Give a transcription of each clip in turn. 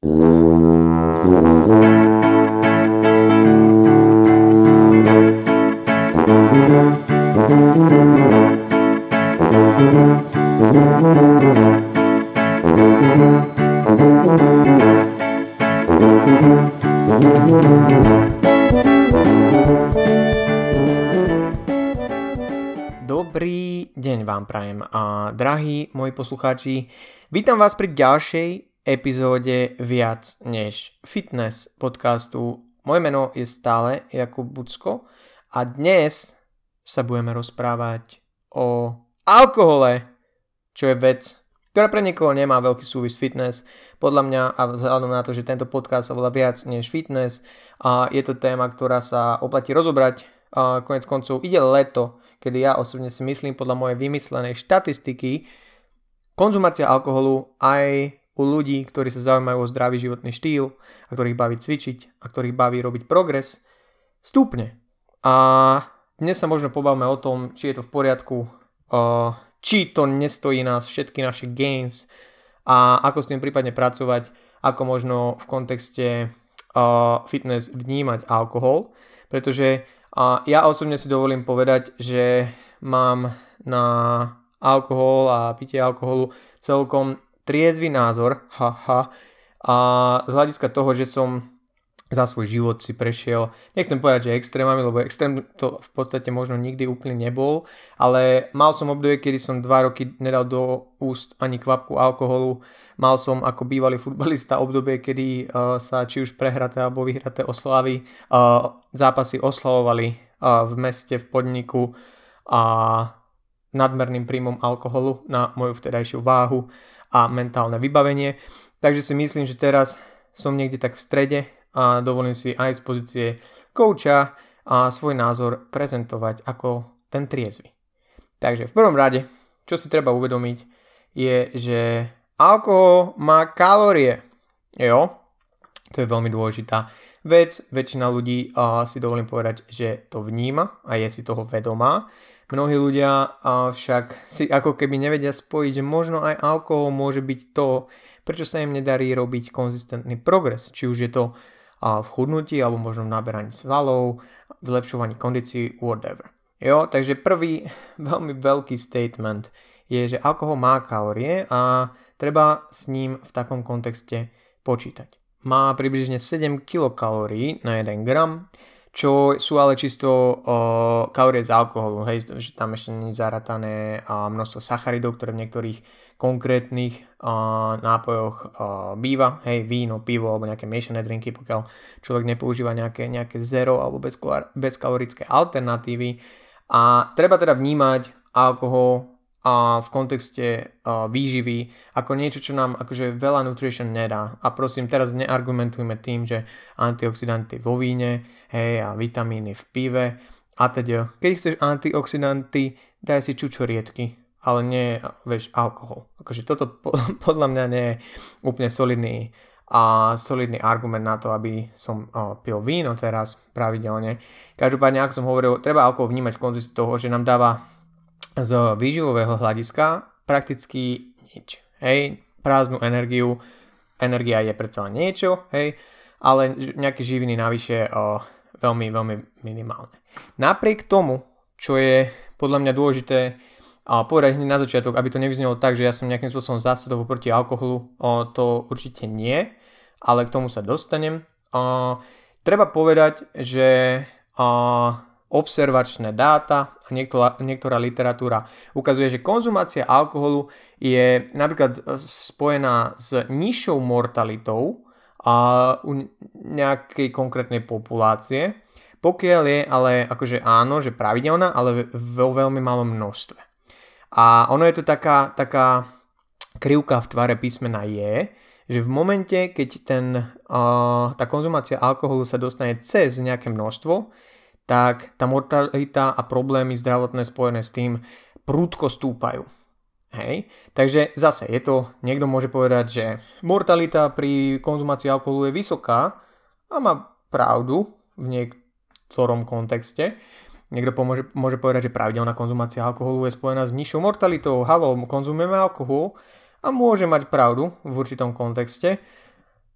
Dobrý deň vám prajem, drahí moji poslucháči. Vítam vás pri ďalšej epizóde Viac než fitness podcastu. Moje meno je stále Jakub Bucko a dnes sa budeme rozprávať o alkohole, čo je vec, ktorá pre niekoho nemá veľký súvis fitness. Podľa mňa a vzhľadom na to, že tento podcast sa volá Viac než fitness, je to téma, ktorá sa oplatí rozobrať. Konec koncov ide leto, kedy ja osobne si myslím podľa mojej vymyslenej štatistiky, konzumácia alkoholu aj u ľudí, ktorí sa zaujímajú o zdravý životný štýl a ktorých baví cvičiť a ktorých baví robiť progres, stúpne. A dnes sa možno pobavme o tom, či je to v poriadku, či to nestojí nás všetky naše gains a ako s tým prípadne pracovať, ako možno v kontexte fitness vnímať alkohol, pretože ja osobne si dovolím povedať, že mám na alkohol a pitie alkoholu celkom triezvy názor. A z hľadiska toho, že som za svoj život si prešiel, nechcem povedať, že extrémami, lebo extrém to v podstate možno nikdy úplne nebol, ale mal som obdobie, kedy som 2 roky nedal do úst ani kvapku alkoholu. Mal som ako bývalý futbalista obdobie, kedy sa či už prehraté alebo vyhraté oslavy, zápasy oslavovali v meste, v podniku a nadmerným príjmom alkoholu na moju vtedajšiu váhu a mentálne vybavenie. Takže si myslím, že teraz som niekde tak v strede a dovolím si aj z pozície kouča a svoj názor prezentovať ako ten triezvy. Takže v prvom rade, čo si treba uvedomiť, je, že alkohol má kalórie. Jo, to je veľmi dôležitá vec. Väčšina ľudí si dovolím povedať, že to vníma a je si toho vedomá. Mnohí ľudia však si ako keby nevedia spojiť, že možno aj alkohol môže byť to, prečo sa im nedarí robiť konzistentný progres. Či už je to v chudnutí, alebo možno v naberaní svalov, v zlepšovaní kondícií, whatever. Jo, takže prvý veľmi veľký statement je, že alkohol má kalórie a treba s ním v takom kontexte počítať. Má približne 7 kilokalórií na 1 gram, čo sú ale čisto kalórie z alkoholu, hej, že tam ešte nie je zaratané množstvo sacharidov, ktoré v niektorých konkrétnych nápojoch býva, hej, víno, pivo alebo nejaké miešané drinky, pokiaľ človek nepoužíva nejaké zero alebo bezkalorické alternatívy. A treba teda vnímať alkohol v kontexte výživy ako niečo, čo nám akože veľa nutrition nedá. A prosím, teraz neargumentujme tým, že antioxidanty vo víne, hej, a vitamíny v pive a teda. Keď chceš antioxidanty, daj si čučoriedky, ale nie, vieš, alkohol. Akože toto podľa mňa nie je úplne solidný argument na to, aby som pil víno teraz pravidelne. Každopádne, ako som hovoril, treba alkohol vnímať v kontexte toho, že nám dáva z výživového hľadiska prakticky nič. Hej, prázdnu energiu, energia je predsa len niečo, hej, ale nejaké živiny navyše veľmi, veľmi minimálne. Napriek tomu, čo je podľa mňa dôležité povedať hneď na začiatok, aby to nevyznelo tak, že ja som nejakým spôsobom zásadovo proti alkoholu, to určite nie, ale k tomu sa dostanem. Treba povedať, že observačné dáta a niektorá literatúra ukazuje, že konzumácia alkoholu je napríklad spojená s nižšou mortalitou u nejakej konkrétnej populácie, pokiaľ je ale akože áno, že pravidelná, ale vo veľmi malom množstve. A ono je to taká krivka v tvare písmena je, že v momente, keď tá konzumácia alkoholu sa dostane cez nejaké množstvo, tak tá mortalita a problémy zdravotné spojené s tým prudko stúpajú. Hej? Takže zase je to, niekto môže povedať, že mortalita pri konzumácii alkoholu je vysoká a má pravdu v niektorom kontexte. Niekto môže povedať, že pravidelná konzumácia alkoholu je spojená s nižšou mortalitou. Haló, konzumujeme alkohol a môže mať pravdu v určitom kontexte.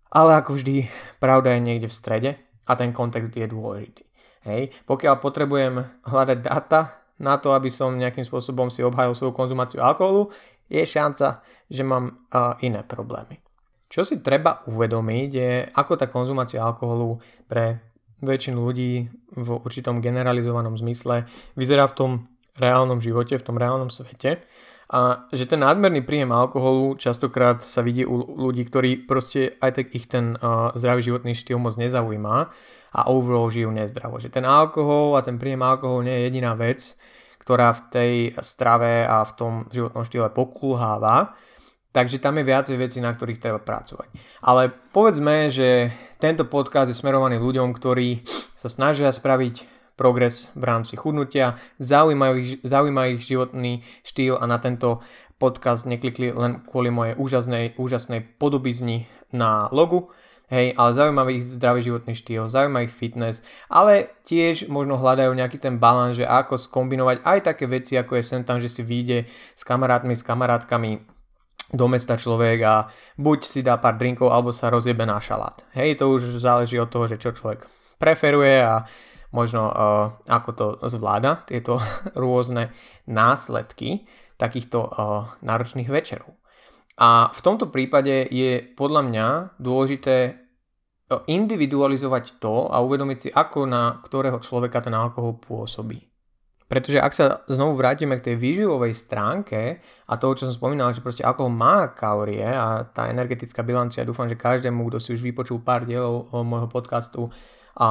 Ale ako vždy, pravda je niekde v strede a ten kontext je dôležitý. Hej. Pokiaľ potrebujem hľadať dáta na to, aby som nejakým spôsobom si obhájil svoju konzumáciu alkoholu, je šanca, že mám iné problémy. Čo si treba uvedomiť je, ako tá konzumácia alkoholu pre väčšinu ľudí v určitom generalizovanom zmysle vyzerá v tom reálnom živote, v tom reálnom svete. A že ten nadmerný príjem alkoholu častokrát sa vidí u ľudí, ktorí proste aj tak ich ten zdravý životný štýl moc nezaujíma a overall žijú nezdravo. Že ten alkohol a ten príjem alkoholu nie je jediná vec, ktorá v tej strave a v tom životnom štýle pokulháva. Takže tam je viacej vecí, na ktorých treba pracovať. Ale povedzme, že tento podcast je smerovaný ľuďom, ktorí sa snažia spraviť progres v rámci chudnutia, zaujíma ich životný štýl a na tento podcast neklikli len kvôli mojej úžasnej podobizni na logu, hej, ale zaujíma ich zdravý životný štýl, zaujíma ich fitness, ale tiež možno hľadajú nejaký ten balans, že ako skombinovať aj také veci, ako je sem tam, že si vyjde s kamarátmi, s kamarátkami do mesta človek a buď si dá pár drinkov, alebo sa rozjebe na šalát. Hej, to už záleží od toho, že čo človek preferuje a možno ako to zvláda, tieto rôzne následky takýchto náročných večerov. A v tomto prípade je podľa mňa dôležité individualizovať to a uvedomiť si, ako na ktorého človeka ten alkohol pôsobí. Pretože ak sa znovu vrátime k tej výživovej stránke a toho, čo som spomínal, že proste alkohol má kalórie a tá energetická bilancia, dúfam, že každému, kto si už vypočul pár dielov môjho podcastu, a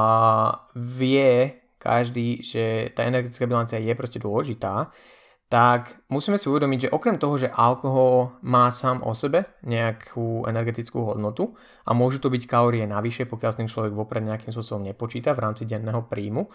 vie každý, že tá energetická bilancia je proste dôležitá, tak musíme si uvedomiť, že okrem toho, že alkohol má sám o sebe nejakú energetickú hodnotu a môžu to byť kalórie navyše, pokiaľ s tým človek vopred nejakým spôsobom nepočíta v rámci denného príjmu,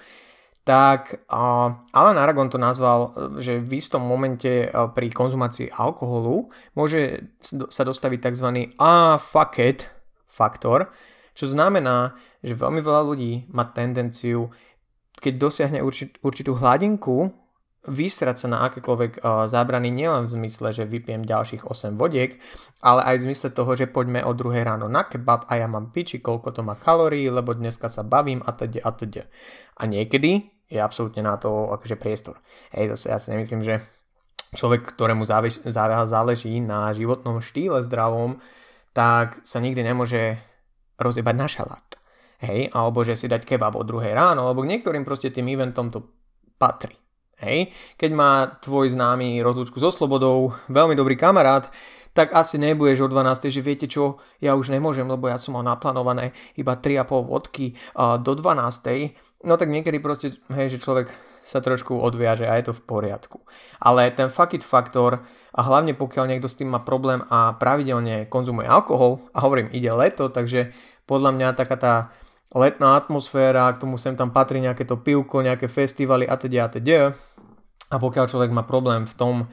tak Alan Aragon to nazval, že v istom momente pri konzumácii alkoholu môže sa dostaviť tzv. Fuck it faktor, čo znamená, že veľmi veľa ľudí má tendenciu, keď dosiahne určitú hladinku, vysrať sa na akékoľvek zábrany, nielen v zmysle, že vypijem ďalších 8 vodiek, ale aj v zmysle toho, že poďme o 2 ráno na kebab a ja mám piči, koľko to má kalórií, lebo dneska sa bavím a teda. A niekedy je absolútne na to akože priestor. Zase ja si nemyslím, že človek, ktorému záleží na životnom štýle zdravom, tak sa nikdy nemôže rozjebať na šalát. Hej, alebo že si dať kebab o 2 ráno, alebo k niektorým proste tým eventom to patrí. Hej, keď má tvoj známy rozlúčku so slobodou, veľmi dobrý kamarát, tak asi nebudeš o 12, že viete čo, ja už nemôžem, lebo ja som mal naplánované iba 3,5 vodky do 12. No tak niekedy proste, hej, že človek sa trošku odviaže a je to v poriadku. Ale ten fuck it faktor, a hlavne pokiaľ niekto s tým má problém a pravidelne konzumuje alkohol, a hovorím, ide leto, takže podľa mňa taká tá letná atmosféra, k tomu sem tam patrí nejaké to pivko, nejaké festivaly a teda. A pokiaľ človek má problém v tom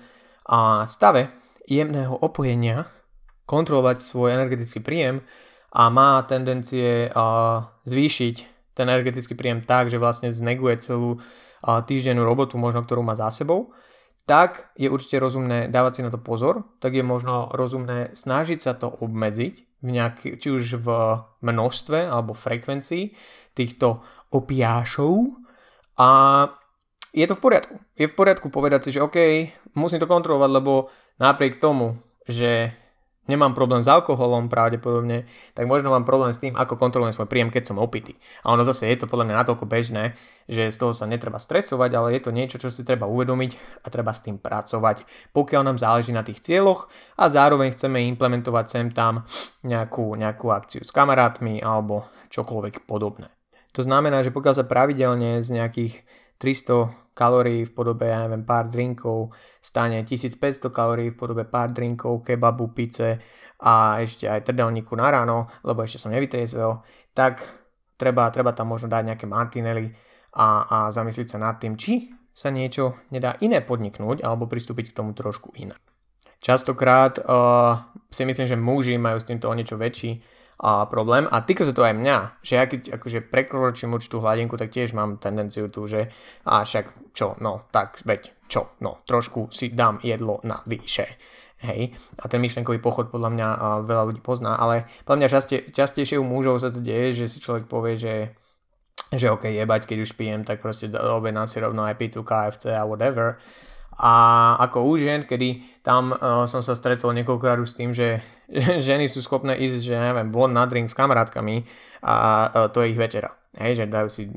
stave jemného opojenia kontrolovať svoj energetický príjem a má tendencie zvýšiť ten energetický príjem tak, že vlastne zneguje celú týždennú robotu, možno ktorú má za sebou, tak je určite rozumné dávať si na to pozor, tak je možno rozumné snažiť sa to obmedziť, či už v množstve alebo frekvencii týchto opiášov a je to v poriadku. Je v poriadku povedať si, že OK, musím to kontrolovať, lebo napriek tomu, že nemám problém s alkoholom pravdepodobne, tak možno mám problém s tým, ako kontrolujem svoj príjem, keď som opitý. A ono zase je to podľa mňa natoľko bežné, že z toho sa netreba stresovať, ale je to niečo, čo si treba uvedomiť a treba s tým pracovať, pokiaľ nám záleží na tých cieľoch a zároveň chceme implementovať sem tam nejakú akciu s kamarátmi alebo čokoľvek podobné. To znamená, že pokiaľ sa pravidelne z nejakých 300 kalórií v podobe, ja neviem, pár drinkov stane 1500 kalórií v podobe pár drinkov, kebabu, pice a ešte aj trdelníku na ráno, lebo ešte som nevytriezvel, tak treba tam možno dať nejaké mantinely a zamyslieť sa nad tým, či sa niečo nedá iné podniknúť alebo pristúpiť k tomu trošku inak. Častokrát si myslím, že muži majú s týmto o niečo väčší problém a týka sa to aj mňa, že ja keď akože prekročím určitú hladinku, tak tiež mám tendenciu tu, že však čo, no tak veď čo, no trošku si dám jedlo na výše. Hej, a ten myšlienkový pochod podľa mňa veľa ľudí pozná, ale podľa mňa častejšie u mužov sa to deje, že si človek povie, že OK, jebať, keď už pijem, tak proste objednám si rovno aj pizzu, KFC a whatever. A ako u žien, kedy tam som sa stretol niekoľkokrát už s tým, že ženy sú schopné ísť, že neviem, von na drink s kamarátkami a to je ich večera. Hej, že dajú si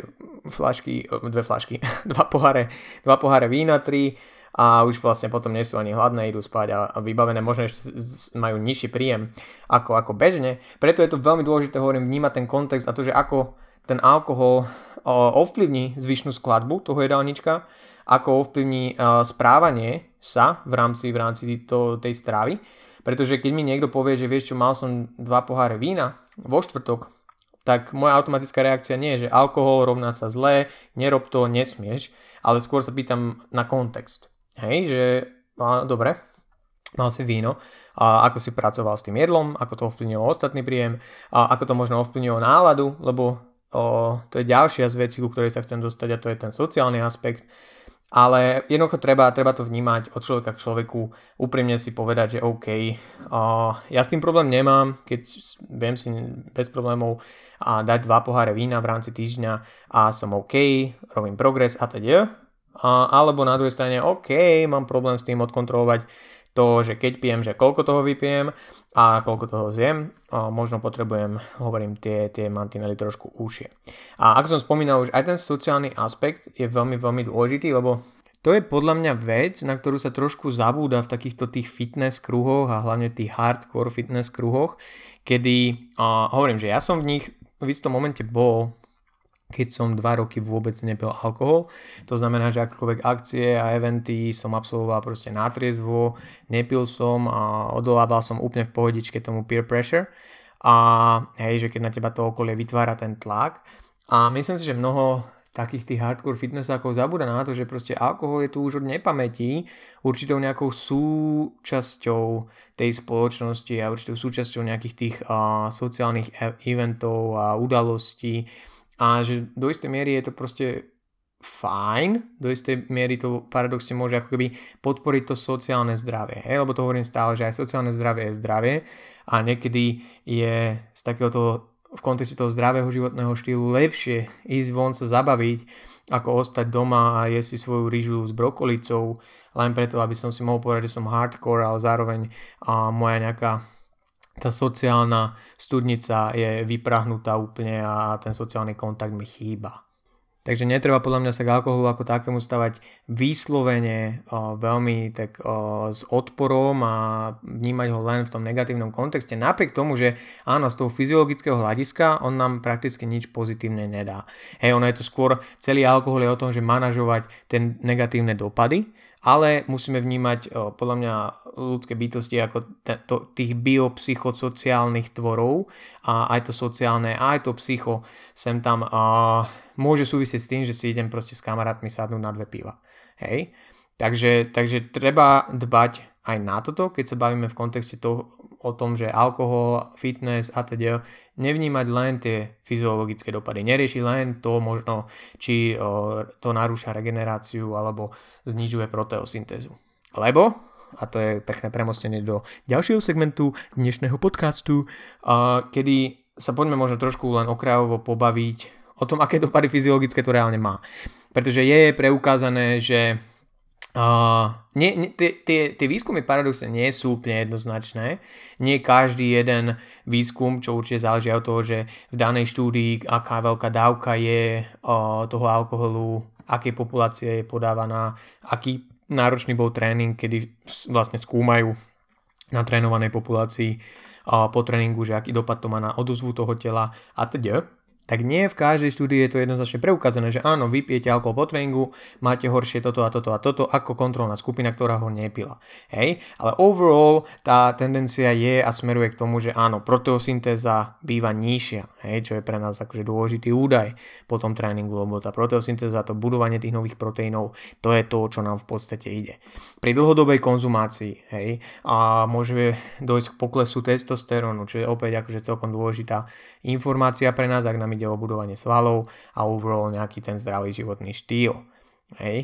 dva poháre vína, 3 a už vlastne potom nie sú ani hladné, idú spať a vybavené, možno ešte majú nižší príjem ako bežne. Preto je to veľmi dôležité, hovorím, vnímať ten kontext a to, že ako ten alkohol ovplyvní zvyšnú skladbu toho jedálnička, ako ovplyvní správanie sa v rámci tej stravy. Pretože keď mi niekto povie, že vieš čo, mal som 2 poháre vína vo štvrtok, tak moja automatická reakcia nie je, že alkohol rovná sa zlé, nerob to, nesmieš, ale skôr sa pýtam na kontext. Hej, že dobre, mal si víno, a ako si pracoval s tým jedlom, ako to ovplyvnilo ostatný príjem, a ako to možno ovplyvnilo náladu, lebo to je ďalšia z vecí, ku ktorej sa chcem dostať a to je ten sociálny aspekt. Ale jednoducho treba to vnímať od človeka k človeku, úprimne si povedať, že OK, ja s tým problém nemám, keď viem si bez problémov dať 2 poháre vína v rámci týždňa a som OK, robím progres a teda. Alebo na druhej strane OK, mám problém s tým odkontrolovať to, že keď pijem, že koľko toho vypijem a koľko toho zjem, možno potrebujem, hovorím, tie mantinely trošku užšie. A ako som spomínal, už aj ten sociálny aspekt je veľmi, veľmi dôležitý, lebo to je podľa mňa vec, na ktorú sa trošku zabúda v takýchto tých fitness kruhoch a hlavne tých hardcore fitness kruhoch, kedy, hovorím, že ja som v nich v istom momente bol, keď som 2 roky vôbec nepil alkohol. To znamená, že akékoľvek akcie a eventy som absolvoval proste natriezvo, nepil som a odolával som úplne v pohodičke tomu peer pressure. A hej, že keď na teba to okolie vytvára ten tlak. A myslím si, že mnoho takých tých hardcore fitnessákov zabúda na to, že proste alkohol je tu už od nepamäti určitou nejakou súčasťou tej spoločnosti a určitou súčasťou nejakých tých sociálnych eventov a udalostí. A že do istej miery je to proste fajn, do istej miery to paradoxne môže ako keby podporiť to sociálne zdravie. Lebo to hovorím stále, že aj sociálne zdravie je zdravie a niekedy je z takéhoto v kontexte toho zdravého životného štýlu lepšie ísť von sa zabaviť, ako ostať doma a jesť si svoju rýžu s brokolicou, len preto, aby som si mohol povedať, že som hardcore, ale zároveň moja nejaká tá sociálna studnica je vyprahnutá úplne a ten sociálny kontakt mi chýba. Takže netreba podľa mňa sa k alkoholu ako takému stavať vyslovene veľmi tak s odporom a vnímať ho len v tom negatívnom kontexte. Napriek tomu, že áno, z toho fyziologického hľadiska on nám prakticky nič pozitívne nedá. Hej, ono je to skôr, celý alkohol je o tom, že manažovať tie negatívne dopady, ale musíme vnímať podľa mňa ľudské bytosti ako tých biopsychosociálnych tvorov a aj to sociálne, aj to psycho sem tam môže súvisieť s tým, že si idem proste s kamarátmi sadnúť na 2 piva. Hej? Takže treba dbať aj na toto, keď sa bavíme v kontexte toho, o tom, že alkohol, fitness a teda nevnímať len tie fyziologické dopady. Neriešiť len to možno, či to narúša regeneráciu alebo znižuje proteosyntézu. Lebo, a to je pekné premostenie do ďalšieho segmentu dnešného podcastu, kedy sa poďme možno trošku len okrajovo pobaviť o tom, aké dopady fyziologické to reálne má. Pretože je preukázané, že tie výskumy paradoxne nie sú úplne jednoznačné. Nie každý jeden výskum, čo určite záleží od toho, že v danej štúdii aká veľká dávka je toho alkoholu, akej populácie je podávaná, aký náročný bol tréning, kedy vlastne skúmajú na trénovanej populácii po tréningu, že aký dopad to má na odozvu toho tela a teda. Tak nie v každej štúdii je to jednoznačne preukázané, že áno, vypijete alkohol po tréningu, máte horšie toto a toto a toto ako kontrolná skupina, ktorá ho nepila. Hej? Ale overall tá tendencia je a smeruje k tomu, že áno, proteosyntéza býva nižšia, hej? Čo je pre nás akože dôležitý údaj po tom tréningu, lebo tá proteosyntéza, to budovanie tých nových proteínov, to je to, čo nám v podstate ide. Pri dlhodobej konzumácii, hej, a môže dojsť k poklesu testosterónu, čo je opäť akože celkom dôležitá informácia pre nás, ak nám ide o budovanie svalov a overall nejaký ten zdravý životný štýl. Hej.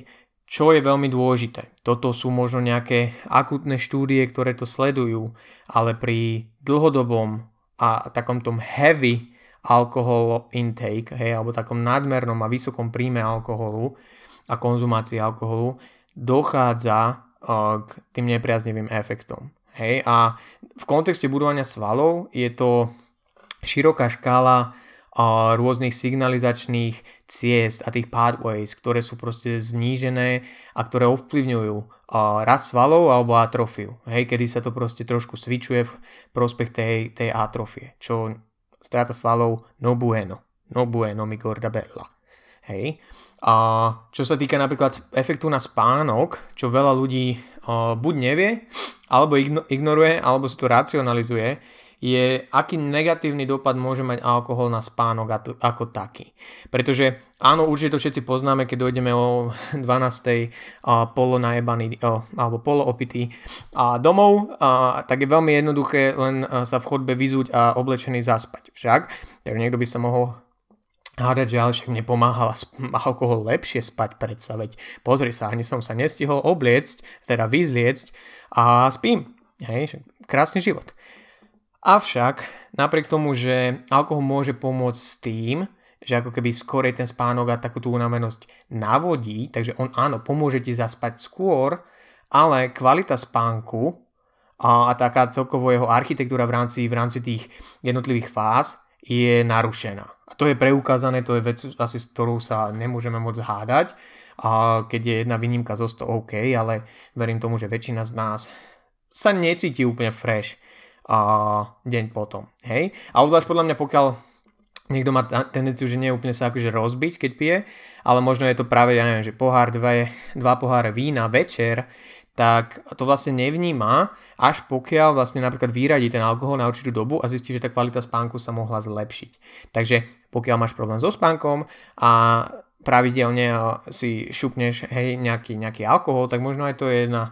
Čo je veľmi dôležité? Toto sú možno nejaké akútne štúdie, ktoré to sledujú, ale pri dlhodobom a takom tom heavy alkohol intake, hej, alebo takom nadmernom a vysokom príjme alkoholu a konzumácii alkoholu dochádza k tým nepriaznivým efektom. Hej, a v kontexte budovania svalov je to široká škála rôznych signalizačných ciest a tých pathways, ktoré sú proste znížené a ktoré ovplyvňujú rast svalov alebo atrofiu. Hej, kedy sa to proste trošku switchuje v prospech tej atrofie, čo strata svalov no bueno mi gorda bella. Hej. A čo sa týka napríklad efektu na spánok, čo veľa ľudí buď nevie, alebo ignoruje, alebo si to racionalizuje, je, aký negatívny dopad môže mať alkohol na spánok ako taký. Pretože áno, určite to všetci poznáme, keď dojdeme o 12. Polonajebaný alebo poloopitý domov, tak je veľmi jednoduché len sa v chodbe vyzúť a oblečený zaspať. Však, takže niekto by sa mohol hádať, že ale však mne pomáhala alkohol lepšie spať predsa, veď pozri sa, ani som sa nestihol vyzliecť a spím. Hej, krásny život. Avšak, napriek tomu, že alkohol môže pomôcť s tým, že ako keby skorej ten spánok a takú tú unavenosť navodí, takže on áno, pomôže ti zaspať skôr, ale kvalita spánku a taká celkovo jeho architektúra v rámci tých jednotlivých fáz je narušená. A to je preukázané, to je vec asi, s ktorou sa nemôžeme moc hádať, a keď je jedna výnimka zo 100 OK, ale verím tomu, že väčšina z nás sa necíti úplne fresh deň potom. Hej? A obzvlášť podľa mňa, pokiaľ niekto má tendenciu, že nie je úplne sa akože rozbiť, keď pije, ale možno je to práve, ja neviem, že pohár, dva poháre vína večer, tak to vlastne nevníma, až pokiaľ vlastne napríklad vyradí ten alkohol na určitú dobu a zistí, že tá kvalita spánku sa mohla zlepšiť. Takže pokiaľ máš problém so spánkom a pravidelne si šupneš nejaký alkohol, tak možno aj to je jedna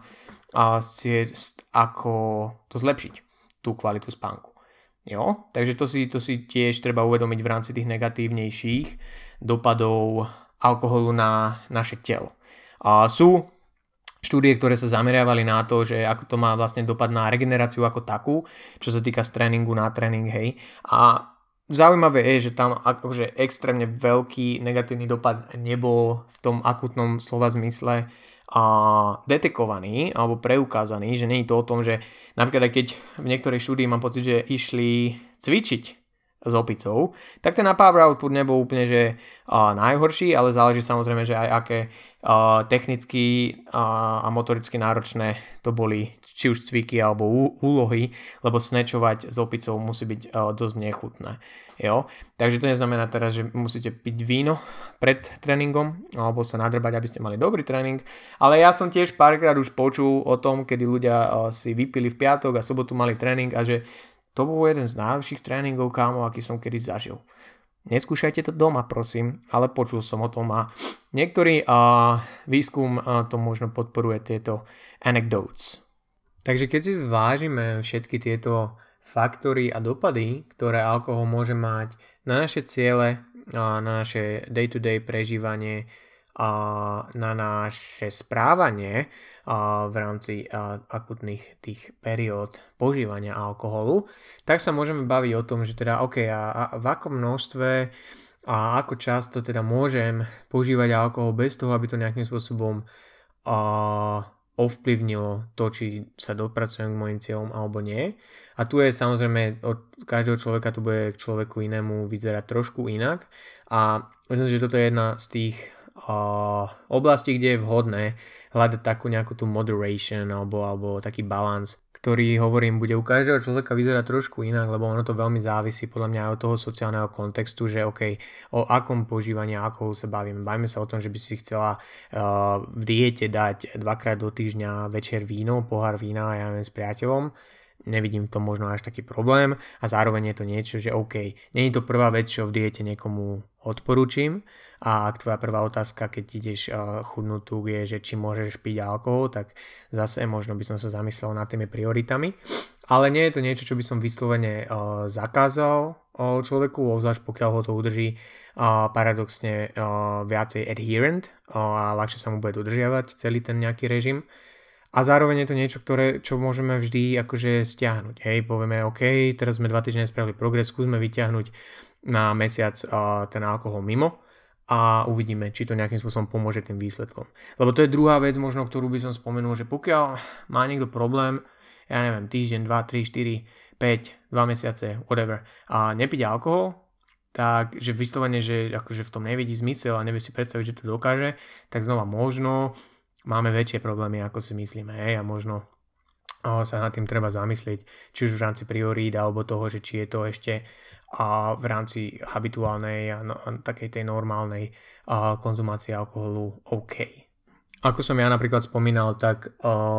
ciest, ako to zlepšiť, tú kvalitu spánku. Jo? Takže to si tiež treba uvedomiť v rámci tých negatívnejších dopadov alkoholu na naše telo. Sú štúdie, ktoré sa zameriavali na to, že ako to má vlastne dopad na regeneráciu ako takú, čo sa týka z tréningu na tréning, hej. A zaujímavé je, že tam akože extrémne veľký negatívny dopad nebol v tom akutnom slova zmysle detekovaný alebo preukázaný, že nie je to o tom, že napríklad aj keď v niektorej štúdii mám pocit, že išli cvičiť s opicou, tak ten power output nebol úplne že najhorší, ale záleží samozrejme, že aj aké technicky a motoricky náročné to boli či už cviky alebo úlohy, lebo snatchovať s opicou musí byť dosť nechutné. Jo? Takže to neznamená teraz, že musíte piť víno pred tréningom alebo sa nadrbať, aby ste mali dobrý tréning, ale ja som tiež párkrát už počul o tom, kedy ľudia si vypili v piatok a sobotu mali tréning a že to bol jeden z najlepších tréningov, kámo, aký som kedy zažil. Neskúšajte to doma, prosím, ale počul som o tom a niektorý výskum to možno podporuje tieto anecdotes. Takže keď si zvážime všetky tieto faktory a dopady, ktoré alkohol môže mať na naše ciele, na naše day-to-day prežívanie, na naše správanie v rámci akutných tých periód požívania alkoholu, tak sa môžeme baviť o tom, že teda OK, a v akom množstve a ako často teda môžem požívať alkohol bez toho, aby to nejakým spôsobom ovplyvnilo to, či sa dopracujem k mojim cieľom alebo nie. A tu je samozrejme od každého človeka to bude k človeku inému vyzerať trošku inak. A myslím, že toto je jedna z tých oblastí, kde je vhodné hľadať takú nejakú tú moderation alebo taký balans, ktorý, hovorím, bude u každého človeka vyzerať trošku inak, lebo ono to veľmi závisí podľa mňa aj od toho sociálneho kontextu, že OK, o akom požívaní alkoholu sa bavíme. Bavíme sa o tom, že by si chcela v diete dať 2-krát do týždňa večer víno, pohár vína, ja neviem, s priateľom. Nevidím v tom možno až taký problém a zároveň je to niečo, že OK, nie je to prvá vec, čo v diete niekomu odporúčim. A ak tvoja prvá otázka, keď ideš chudnúť tu, je, že či môžeš piť alkohol, tak zase možno by som sa zamyslel nad tými prioritami. ale nie je to niečo, čo by som vyslovene zakázal človeku, obzvlášť pokiaľ ho to udrží paradoxne viacej adherent a ľahšie sa mu bude dodržiavať celý ten nejaký režim. A zároveň je to niečo, čo môžeme vždy akože stiahnuť. Hej, povieme, OK, teraz sme 2 týždne spravili progres, skúsme vyťahnuť na mesiac ten alkohol mimo a uvidíme, či to nejakým spôsobom pomôže tým výsledkom. Lebo to je druhá vec možno, ktorú by som spomenul, že pokiaľ má niekto problém, ja neviem, týždeň, 2, 3, 4, 5, 2 mesiace, whatever, a nepiť alkohol, tak, že vyslovene, že akože v tom nevidí zmysel a nevie si predstaviť, že to dokáže, tak znova možno máme väčšie problémy, ako si myslíme, hej, a možno sa nad tým treba zamyslieť, či už v rámci priorít, alebo toho, že či je to ešte v rámci habituálnej a takej tej normálnej konzumácie alkoholu OK. Ako som ja napríklad spomínal, tak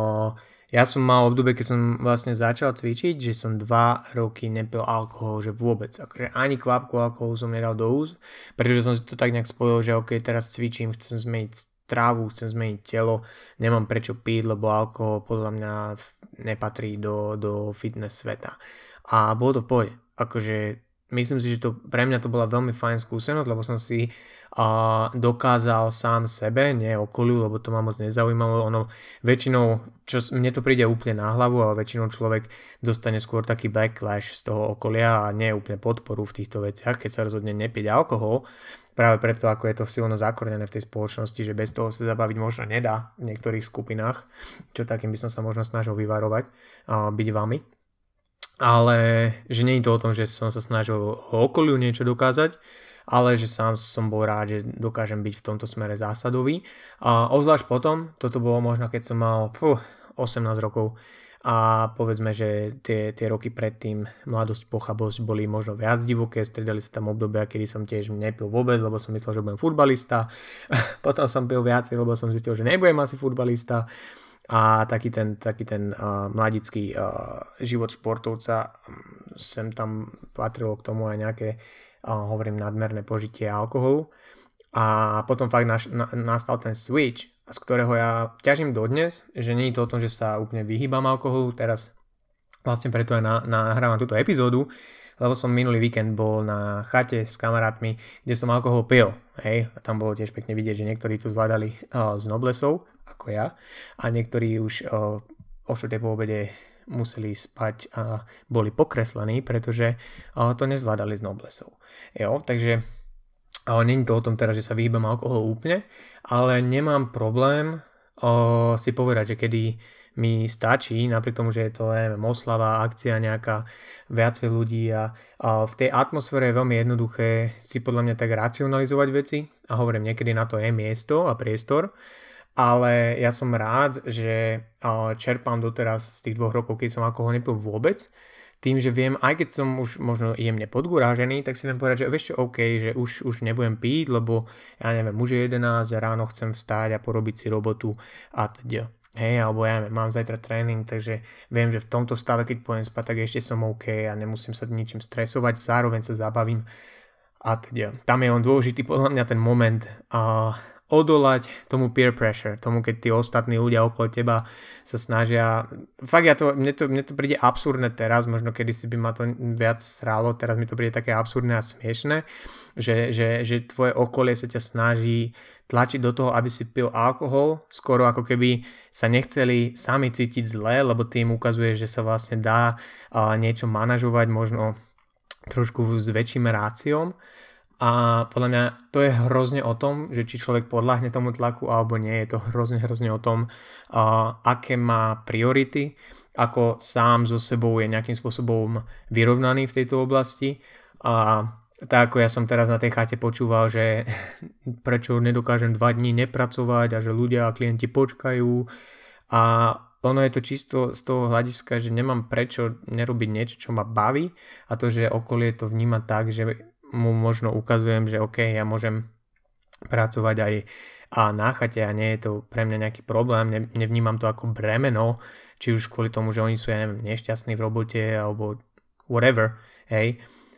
ja som mal obdobie, keď som vlastne začal cvičiť, že som 2 roky nepil alkohol, že vôbec. Akože ani kvapku alkoholu som nedal do úst, pretože som si to tak nejak spojil, že OK, teraz cvičím, chcem zmeniť strávu, chcem zmeniť telo, nemám prečo piť, lebo alkohol podľa mňa nepatrí do fitness sveta. A bolo to v pohode. Akože myslím si, že to pre mňa to bola veľmi fajn skúsenosť, lebo som si dokázal sám sebe, nie okoliu, lebo to ma moc nezaujímalo. Ono väčšinou, mne to príde úplne na hlavu, ale väčšinou človek dostane skôr taký backlash z toho okolia a nie úplne podporu v týchto veciach, keď sa rozhodne nepiť alkohol. Práve preto, ako je to silno zakorenené v tej spoločnosti, že bez toho sa zabaviť možno nedá v niektorých skupinách, čo takým by som sa možno snažil vyvarovať, byť vami. Ale že nie je to o tom, že som sa snažil okoliu niečo dokázať, ale že sám som bol rád, že dokážem byť v tomto smere zásadový. A obzvlášť potom, toto bolo možno keď som mal 18 rokov a povedzme, že tie roky predtým mladosť, pochabosť boli možno viac divoké, stredali sa tam obdobia, kedy som tiež nepil vôbec, lebo som myslel, že budem futbalista. Potom som pil viacej, lebo som zistil, že nebudem asi futbalista. A taký ten mladický život športovca sem tam patrilo k tomu aj nejaké hovorím nadmerné požitie alkoholu a potom fakt nastal ten switch, z ktorého ja ťažím dodnes, že nie je to o tom, že sa úplne vyhýbam alkoholu, teraz vlastne preto aj nahrávam túto epizódu, lebo som minulý víkend bol na chate s kamarátmi, kde som alkohol pil, hej, a tam bolo tiež pekne vidieť, že niektorí to zvládali s noblesou, ako ja, a niektorí už o 4. po obede museli spať a boli pokreslení, pretože to nezvládali s noblesou. Jo, takže nie je to o tom teraz, že sa vyhýbam alkoholu úplne, ale nemám problém si povedať, že kedy mi stačí, napriek tomu, že je to oslava, akcia nejaká, viacej ľudí a v tej atmosfére je veľmi jednoduché si podľa mňa tak racionalizovať veci a hovorím, niekedy na to je miesto a priestor, ale ja som rád, že čerpám doteraz z tých 2 rokov, keď som alkohol nepil vôbec, tým, že viem, aj keď som už možno jemne podgurážený, tak si viem povedať, že vieš čo, OK, že už nebudem piť, lebo ja neviem, už je 11, ráno chcem vstáť a porobiť si robotu a teda. Hej, alebo ja neviem, mám zajtra tréning, takže viem, že v tomto stave, keď pôjdem spať, tak ešte som OK a nemusím sa ničím stresovať, zároveň sa zabavím a teda. Tam je len dôležitý podľa mňa ten moment odolať tomu peer pressure, tomu, keď tí ostatní ľudia okolo teba sa snažia, fakt mne to príde absurdné teraz, možno kedysi by ma to viac sralo, teraz mi to príde také absurdné a smiešné, že tvoje okolie sa ťa snaží tlačiť do toho, aby si pil alkohol, skoro ako keby sa nechceli sami cítiť zle, lebo tým ukazuje, že sa vlastne dá niečo manažovať možno trošku s väčším ráciom. A podľa mňa to je hrozne o tom, že či človek podľahne tomu tlaku alebo nie, je to hrozne o tom, aké má priority, ako sám so sebou je nejakým spôsobom vyrovnaný v tejto oblasti. A tak ako ja som teraz na tej chate počúval, že prečo nedokážem 2 dní nepracovať a že ľudia a klienti počkajú a ono je to čisto z toho hľadiska, že nemám prečo nerobiť niečo, čo ma baví a to, že okolie to vníma tak, že mu možno ukazujem, že OK, ja môžem pracovať aj na chate a nie je to pre mňa nejaký problém, nevnímam to ako bremeno, či už kvôli tomu, že oni sú, ja neviem, nešťastní v robote alebo whatever, hej,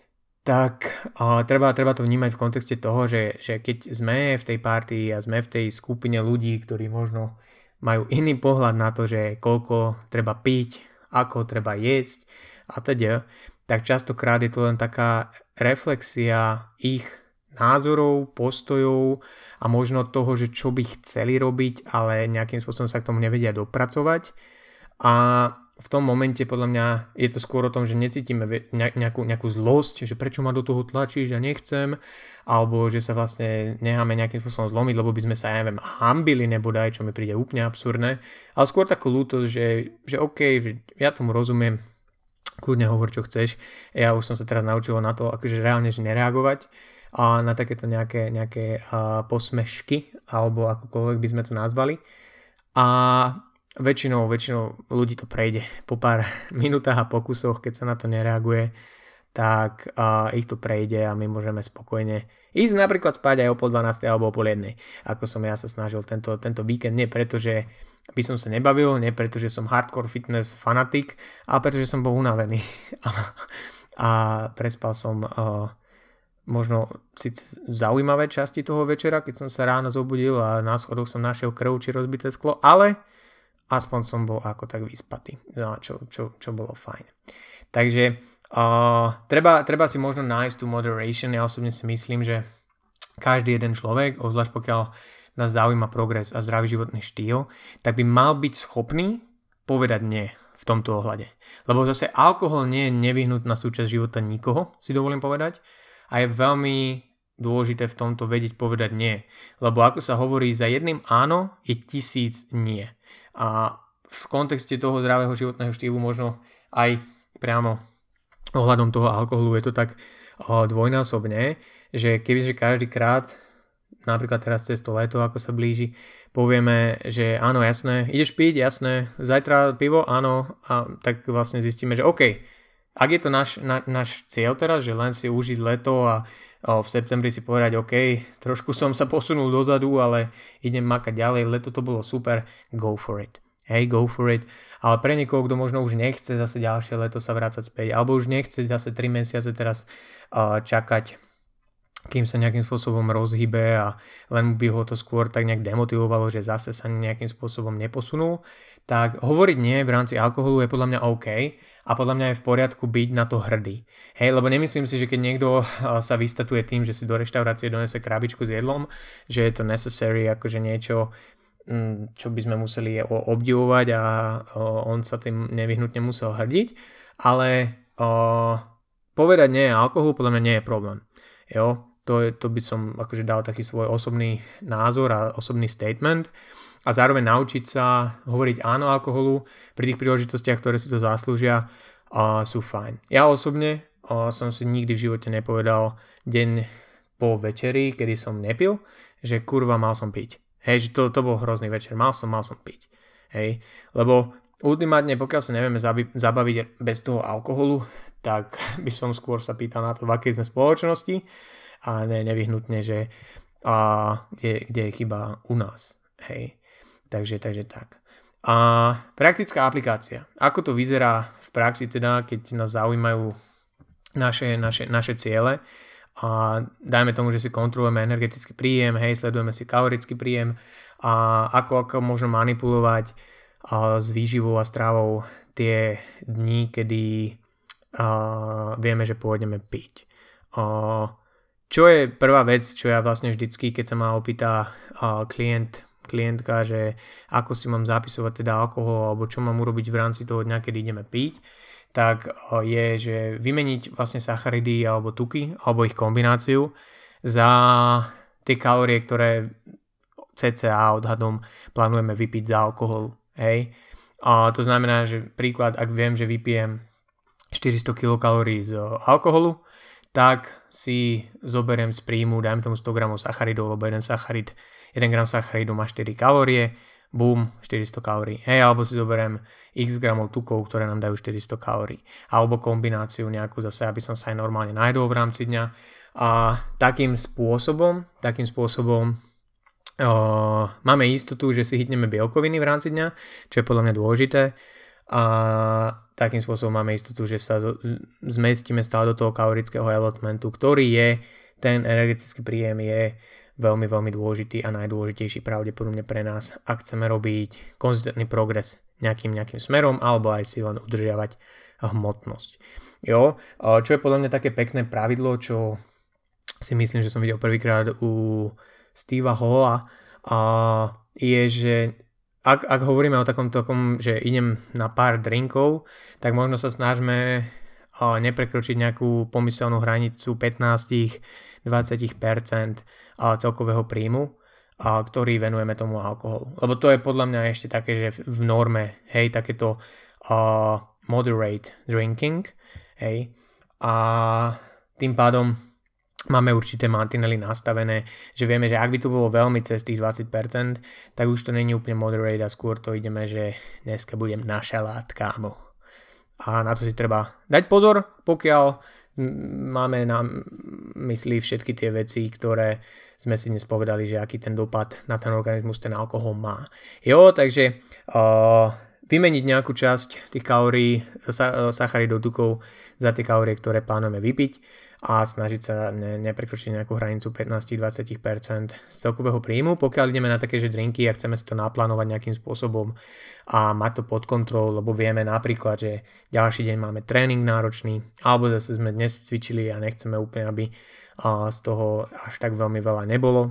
tak treba to vnímať v kontexte toho, že keď sme v tej partii a sme v tej skupine ľudí, ktorí možno majú iný pohľad na to, že koľko treba piť ako treba jesť a teda, tak častokrát je to len taká reflexia ich názorov, postojov a možno toho, že čo by chceli robiť, ale nejakým spôsobom sa k tomu nevedia dopracovať. A v tom momente podľa mňa je to skôr o tom, že necítime nejakú zlosť, že prečo ma do toho tlačíš, ja nechcem, alebo že sa vlastne necháme nejakým spôsobom zlomiť, lebo by sme sa, ja neviem, hambili nebodaj, čo mi príde úplne absurdné, ale skôr takú ľútosť, že OK, že ja tomu rozumiem, kľudne hovor, čo chceš, ja už som sa teraz naučil na to, akože reálne že nereagovať a na takéto nejaké posmešky, alebo akokoľvek by sme to nazvali. A väčšinou ľudí to prejde po pár minútach a pokusoch, keď sa na to nereaguje, tak ich to prejde a my môžeme spokojne ísť napríklad spať aj o 12:30 alebo o 12:30, ako som ja sa snažil tento víkend, nie preto, že by som sa nebavil, nie preto, že som hardcore fitness fanatik, ale preto, že som bol unavený a prespal som možno síce zaujímavé časti toho večera, keď som sa ráno zobudil a na schodoch som našiel krv či rozbité sklo, ale aspoň som bol ako tak vyspatý, čo bolo fajn. Takže treba si možno nájsť tú moderation. Ja osobne si myslím, že každý jeden človek, obzvlášť pokiaľ nás zaujíma progres a zdravý životný štýl, tak by mal byť schopný povedať nie v tomto ohľade. Lebo zase alkohol nie je nevyhnutná súčasť života nikoho, si dovolím povedať, a je veľmi dôležité v tomto vedieť povedať nie. Lebo ako sa hovorí, za jedným áno je 1000 nie. A v kontexte toho zdravého životného štýlu možno aj priamo ohľadom toho alkoholu je to tak dvojnásobne, že kebyže každý krát, napríklad teraz cez to leto, ako sa blíži, povieme, že áno, jasné, ideš piť, jasné, zajtra pivo, áno, a tak vlastne zistíme, že OK, ak je to náš cieľ teraz, že len si užiť leto a v septembri si povedať OK, trošku som sa posunul dozadu, ale idem makať ďalej, leto to bolo super, go for it. Hej, go for it. Ale pre niekoho, kto možno už nechce zase ďalšie leto sa vrácať späť, alebo už nechce zase 3 mesiace teraz čakať, kým sa nejakým spôsobom rozhybe a len by ho to skôr tak nejak demotivovalo, že zase sa nejakým spôsobom neposunul, tak hovoriť nie v rámci alkoholu je podľa mňa OK a podľa mňa je v poriadku byť na to hrdý. Hej, lebo nemyslím si, že keď niekto sa vystatuje tým, že si do reštaurácie donese krabičku s jedlom, že je to necessary, akože niečo, čo by sme museli obdivovať a on sa tým nevyhnutne musel hrdiť, ale povedať nie alkoholu podľa mňa nie je problém. Jo, to by som akože dal taký svoj osobný názor a osobný statement a zároveň naučiť sa hovoriť áno alkoholu pri tých príležitostiach, ktoré si to zaslúžia, sú fajn. Ja osobne som si nikdy v živote nepovedal deň po večeri, kedy som nepil, že kurva mal som piť. Hej, že to bol hrozný večer, mal som piť. Hej, lebo ultimátne, pokiaľ sa nevieme zabaviť bez toho alkoholu, tak by som skôr sa pýtal na to, v akej sme spoločnosti a nevyhnutne, že kde je chyba u nás. Hej, takže tak. A praktická aplikácia. Ako to vyzerá v praxi teda, keď nás zaujímajú naše ciele a dajme tomu, že si kontrolujeme energetický príjem, hej, sledujeme si kalorický príjem a ako môžeme manipulovať s výživou a strávou tie dni, kedy vieme, že pôjdeme piť. Čo je prvá vec, čo ja vlastne vždycky, keď sa ma opýta klientka, že ako si mám zapisovať teda alkohol alebo čo mám urobiť v rámci toho dňa, kedy ideme piť, tak je, že vymeniť vlastne sacharidy alebo tuky alebo ich kombináciu za tie kalórie, ktoré cca odhadom plánujeme vypiť za alkohol. Hej? A to znamená, že príklad, ak viem, že vypijem 400 kilokalórií z alkoholu, tak si zoberiem z príjmu, dajme tomu 100 gramov sacharidov, lebo 1 gram sacharidu má 4 kalórie, boom, 400 kalórií. Hej, alebo si zoberiem x gramov tukov, ktoré nám dajú 400 kalórií. Alebo kombináciu nejakú zase, aby som sa aj normálne najedol v rámci dňa. A takým spôsobom máme istotu, že si hitneme bielkoviny v rámci dňa, čo je podľa mňa dôležité. A takým spôsobom máme istotu, že sa zmestíme stále do toho kalorického allotmentu, ktorý je, ten energetický príjem je veľmi, veľmi dôležitý a najdôležitejší pravdepodobne pre nás, ak chceme robiť konzistentný progres nejakým smerom, alebo aj si len udržiavať hmotnosť. Jo, čo je podľa mňa také pekné pravidlo, čo si myslím, že som videl prvýkrát u Steva Halla, je, že ak hovoríme o takom, že idem na pár drinkov, tak možno sa snažme neprekročiť nejakú pomyselnú hranicu 15-20% celkového príjmu, ktorý venujeme tomu alkoholu. Lebo to je podľa mňa ešte také, že v norme, hej, takéto moderate drinking, hej, a tým pádom máme určité mantinely nastavené, že vieme, že ak by to bolo veľmi cez tých 20%, tak už to není úplne moderate a skôr to ideme, že dneska budem na šalát, kámo. A na to si treba dať pozor, pokiaľ máme na mysli všetky tie veci, ktoré sme si dnes povedali, že aký ten dopad na ten organizmus ten alkohol má. Jo, takže vymeniť nejakú časť tých kalórií, sacharidov, tukov za tie kalórie, ktoré plánujeme vypiť a snažiť sa neprekročiť nejakú hranicu 15-20% z celkového príjmu. Pokiaľ ideme na také, že drinky a chceme si to naplánovať nejakým spôsobom a mať to pod kontrolou, lebo vieme napríklad, že ďalší deň máme tréning náročný, alebo zase sme dnes cvičili a nechceme úplne, aby z toho až tak veľmi veľa nebolo.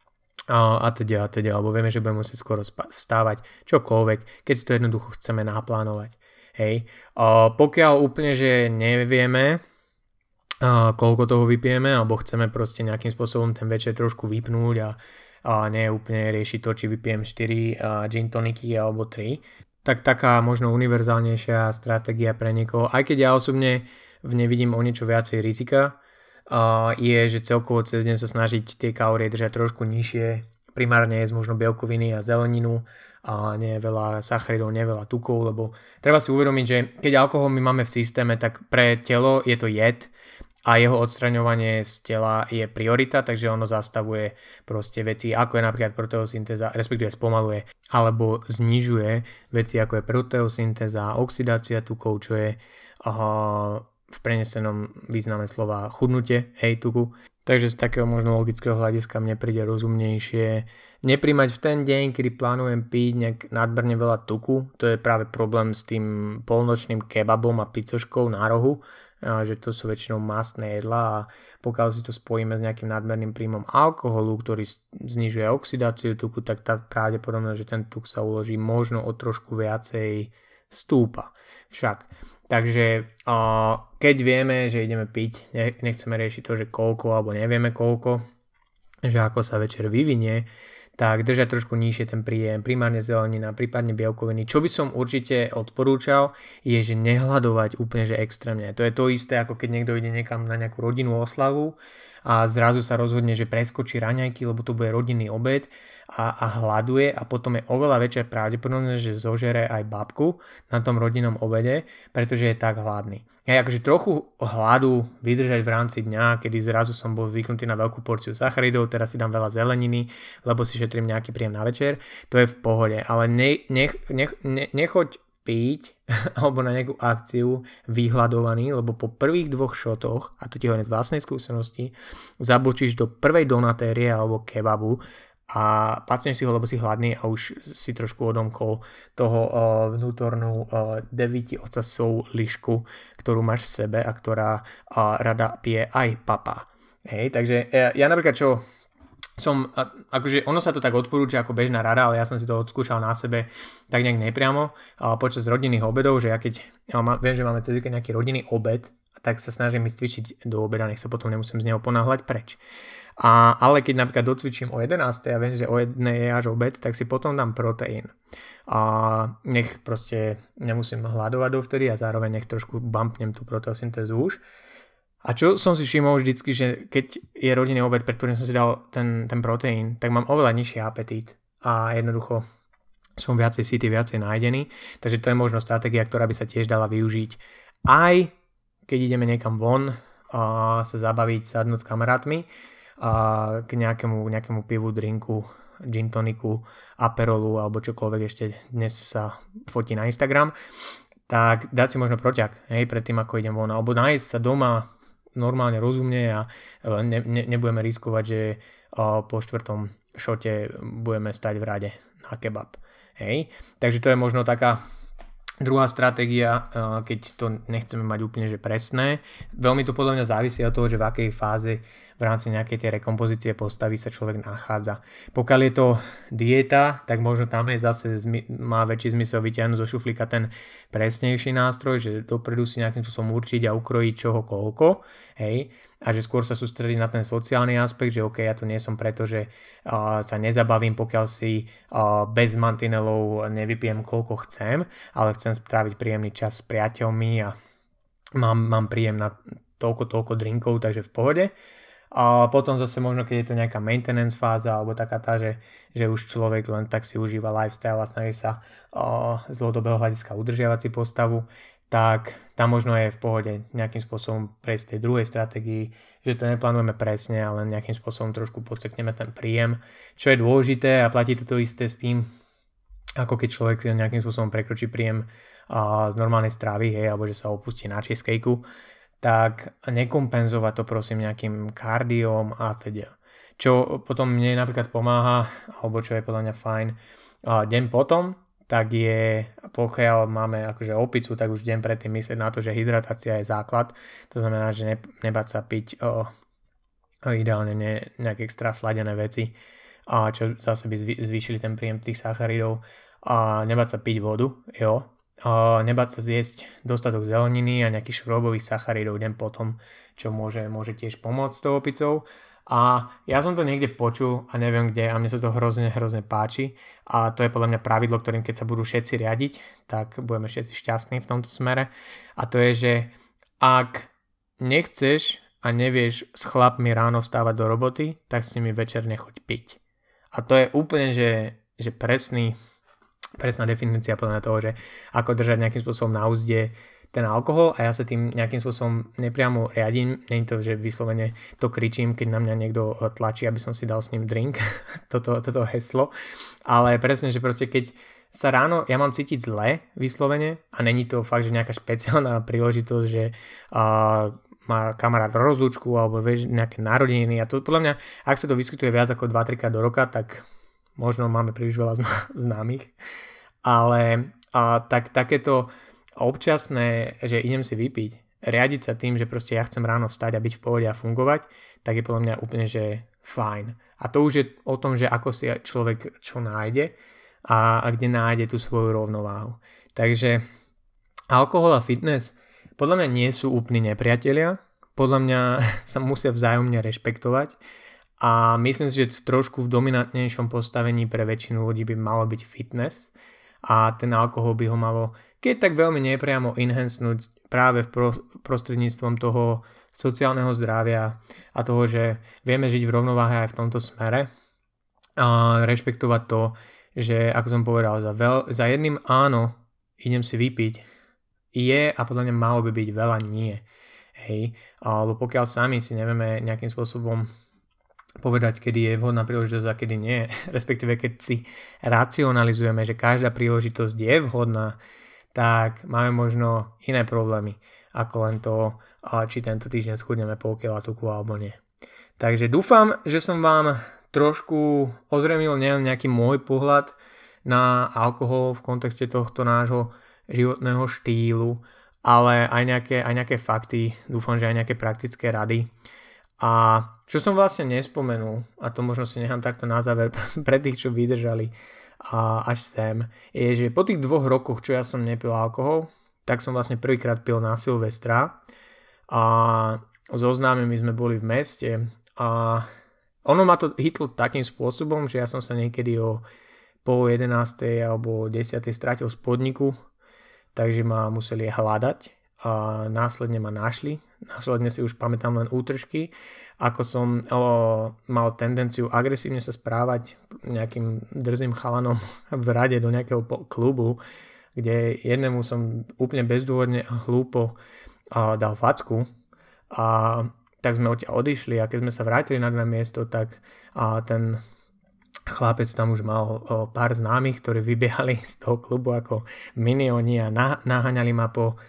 A teda, alebo vieme, že budeme musieť skoro vstávať, čokoľvek, keď si to jednoducho chceme naplánovať. Hej. Pokiaľ úplne, že nevieme, koľko toho vypijeme, alebo chceme proste nejakým spôsobom ten večer trošku vypnúť a nie úplne riešiť to, či vypijem 4 gin toniky alebo 3, tak taká možno univerzálnejšia stratégia pre niekoho, aj keď ja osobne v nej vidím o niečo viacej rizika, je, že celkovo cez deň sa snažiť tie kalórie držať trošku nižšie, primárne jesť možno bielkoviny a zeleninu, a nie veľa sacharidov, nie veľa tukov, lebo treba si uvedomiť, že keď alkohol my máme v systéme, tak pre telo je to jed a jeho odstraňovanie z tela je priorita, takže ono zastavuje proste veci, ako je napríklad proteosyntéza, respektíve spomaluje alebo znižuje veci, ako je proteosyntéza, oxidácia tukov, čo je v prenesenom význame slova chudnutie, tuku. Takže z takého možno logického hľadiska mne príde rozumnejšie nepríjmať v ten deň, kedy plánujem piť nejak nadmerne veľa tuku. To je práve problém s tým polnočným kebabom a pizzoškou na rohu, že to sú väčšinou mastné jedlá a pokiaľ si to spojíme s nejakým nadmerným príjmom alkoholu, ktorý znižuje oxidáciu tuku, tak tá pravdepodobnosť, že ten tuk sa uloží možno o trošku viacej stúpa. Však. Takže keď vieme, že ideme piť, nechceme riešiť to, že koľko alebo nevieme koľko, že ako sa večer vyvinie, tak držať trošku nižšie ten príjem, primárne zelenina, prípadne bielkoviny. Čo by som určite odporúčal, je, že nehľadovať úplne že extrémne. To je to isté, ako keď niekto ide niekam na nejakú rodinnú oslavu a zrazu sa rozhodne, že preskočí raňajky, lebo to bude rodinný obed a hľaduje a potom je oveľa väčšia pravdepodobnosť, že zožere aj babku na tom rodinnom obede, pretože je tak hladný. Ja akože trochu hladu vydržať v rámci dňa, kedy zrazu som bol zvyknutý na veľkú porciu sacharidov, teraz si dám veľa zeleniny, lebo si šetrím nejaký príjem na večer, to je v pohode, ale nechoď piť alebo na nejakú akciu vyhľadovaný, lebo po prvých 2 šotoch, a to ti hovorím z vlastnej skúsenosti, zabočíš do prvej donatérie alebo kebabu a pacneš si ho, lebo si hladný a už si trošku odomkol toho vnútornú 9 ocasov lišku, ktorú máš v sebe a ktorá rada pije aj papa. Hej, takže ja napríklad čo som, akože ono sa to tak odporúča ako bežná rada, ale ja som si to odskúšal na sebe tak nejak nepriamo počas rodinných obedov, že ja keď viem, že máme cez víkend nejaký rodinný obed, tak sa snažím ísť cvičiť do obeda, nech sa potom nemusím z neho ponáhľať preč. Ale keď napríklad docvičím o 11 a viem, že o 1 je až obed, tak si potom dám proteín. A nech proste nemusím hľadovať dovtedy a zároveň nech trošku bumpnem tú proteosyntézu už. A čo som si všimol vždycky, že keď je rodinný obed, pred ktorým som si dal ten proteín, tak mám oveľa nižší apetít a jednoducho som viacej sytý, viacej nájdený. Takže to je možno stratégia, ktorá by sa tiež dala využiť aj keď ideme niekam von a sa zabaviť, sadnúť s kamarátmi k nejakému pivu, drinku, gin toniku, aperolu alebo čokoľvek ešte dnes sa fotí na Instagram, tak dať si možno proťak, pred tým ako idem von, alebo nájsť sa doma normálne, rozumne a nebudeme riskovať, že po 4. šote budeme stať v rade na kebab. Hej. Takže to je možno taká Druhá stratégia, keď to nechceme mať úplne že presné, veľmi to podľa mňa závisí od toho, že v akej fáze v rámci nejakej tej rekompozície postavy sa človek nachádza. Pokiaľ je to dieta, tak možno tam je zase má väčší zmysel vyťahnuť zo šuflíka ten presnejší nástroj, že dopredu si nejakým spôsobom určiť a ukrojiť čoho koľko, hej, a že skôr sa sústrediť na ten sociálny aspekt, že ok, ja tu nie som preto, že sa nezabavím, pokiaľ si bez mantinelov nevypijem koľko chcem, ale chcem spraviť príjemný čas s priateľmi a mám príjem na toľko drinkov, takže v pohode. A potom zase možno, keď je to nejaká maintenance fáza alebo taká tá, že už človek len tak si užíva lifestyle a snaží sa z dlhodobého hľadiska udržiavať si postavu, tak tam možno je v pohode nejakým spôsobom prejsť tej druhej stratégii, že to neplánujeme presne, ale nejakým spôsobom trošku podsekneme ten príjem, čo je dôležité a platí to isté s tým, ako keď človek nejakým spôsobom prekročí príjem z normálnej stravy, hej, alebo že sa opustí na cheesecakeu, tak nekompenzovať to prosím nejakým kardiom a teda. Čo potom mne napríklad pomáha, alebo čo je podľa mňa fajn, deň potom, tak je, pokiaľ máme akože opicu, tak už deň predtým myslieť na to, že hydratácia je základ. To znamená, že nebať sa piť ideálne nejaké extra sladené veci, čo zase by zvýšili ten príjem tých sacharidov. Nebať sa piť vodu, jo. Nebať sa zjesť dostatok zeleniny a nejakých šrobových sacharidov deň potom, čo môže tiež pomôcť s tou opicou. A ja som to niekde počul a neviem kde a mne sa to hrozne páči a to je podľa mňa pravidlo, ktorým keď sa budú všetci riadiť, tak budeme všetci šťastní v tomto smere a to je, že ak nechceš a nevieš s chlapmi ráno vstávať do roboty, tak s nimi večer nechoď piť. A to je úplne, že presná definícia podľa toho, že ako držať nejakým spôsobom na úzde ten alkohol a ja sa tým nejakým spôsobom nepriamo riadím. Nie je to, že vyslovene to kričím, keď na mňa niekto tlačí, aby som si dal s ním drink, toto heslo, ale presne, že proste keď sa ráno, ja mám cítiť zle vyslovene a není to fakt, že nejaká špeciálna príležitosť, že má kamarát rozlúčku alebo vieš, nejaké narodeniny a to podľa mňa, ak sa to vyskytuje viac ako 2-3 krát do roka, tak možno máme príliš veľa známych, ale tak takéto občasné, že idem si vypiť, riadiť sa tým, že proste ja chcem ráno vstať a byť v pohode a fungovať, tak je podľa mňa úplne, že fajn. A to už je o tom, že ako si človek čo nájde a kde nájde tú svoju rovnováhu. Takže alkohol a fitness podľa mňa nie sú úplní nepriatelia, podľa mňa sa musia vzájomne rešpektovať a myslím si, že trošku v dominantnejšom postavení pre väčšinu ľudí by malo byť fitness a ten alkohol by ho malo, keď tak veľmi nepriamo enhancenúť práve prostredníctvom toho sociálneho zdravia a toho, že vieme žiť v rovnováhe aj v tomto smere a rešpektovať to, že ako som povedal, za jedným áno, idem si vypiť, je a podľa mňa malo by byť veľa nie. Hej, alebo pokiaľ sami si nevieme nejakým spôsobom povedať, kedy je vhodná príležitosť a kedy nie, respektíve keď si racionalizujeme, že každá príležitosť je vhodná, tak máme možno iné problémy, ako len to, či tento týždeň schudneme pol kila tuku alebo nie. Takže dúfam, že som vám trošku ozremil nielen nejaký môj pohľad na alkohol v kontexte tohto nášho životného štýlu, ale aj nejaké fakty, dúfam, že aj nejaké praktické rady. A čo som vlastne nespomenul, a to možno si nechám takto na záver pre tých, čo vydržali až sem, je, že po tých 2 rokoch, čo ja som nepil alkohol, tak som vlastne prvýkrát pil na Silvestra a so známymi sme boli v meste a ono ma to hitlo takým spôsobom, že ja som sa niekedy o 10:30 alebo 10:00 strátil z podniku, takže ma museli hľadať a následne ma našli. Následne si už pamätám len útržky, ako som mal tendenciu agresívne sa správať nejakým drzým chalanom v rade do nejakého klubu, kde jednému som úplne bezdôvodne hlúpo dal facku a tak sme odtiaľ odišli a keď sme sa vrátili na miesto, tak ten chlapec tam už mal pár známych, ktorí vybiehali z toho klubu ako minioni a naháňali ma po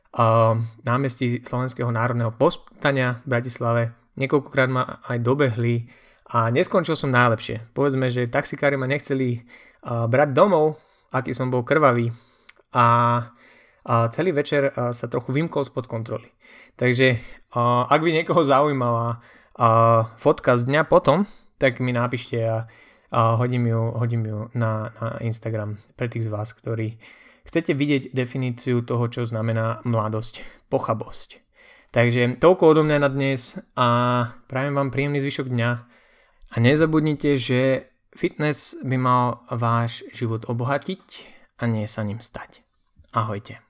námestí Slovenského národného povstania v Bratislave. Niekoľkokrát ma aj dobehli a neskončil som najlepšie. Povedzme, že taxikári ma nechceli brať domov, aký som bol krvavý a celý večer sa trochu vymkol spod kontroly. Takže ak by niekoho zaujímala fotka z dňa potom, tak mi napíšte a hodím ju na Instagram pre tých z vás, ktorí chcete vidieť definíciu toho, čo znamená mladosť, pochabosť. Takže toľko odo mňa na dnes a prajem vám príjemný zvyšok dňa a nezabudnite, že fitness by mal váš život obohatiť a nie sa ním stať. Ahojte.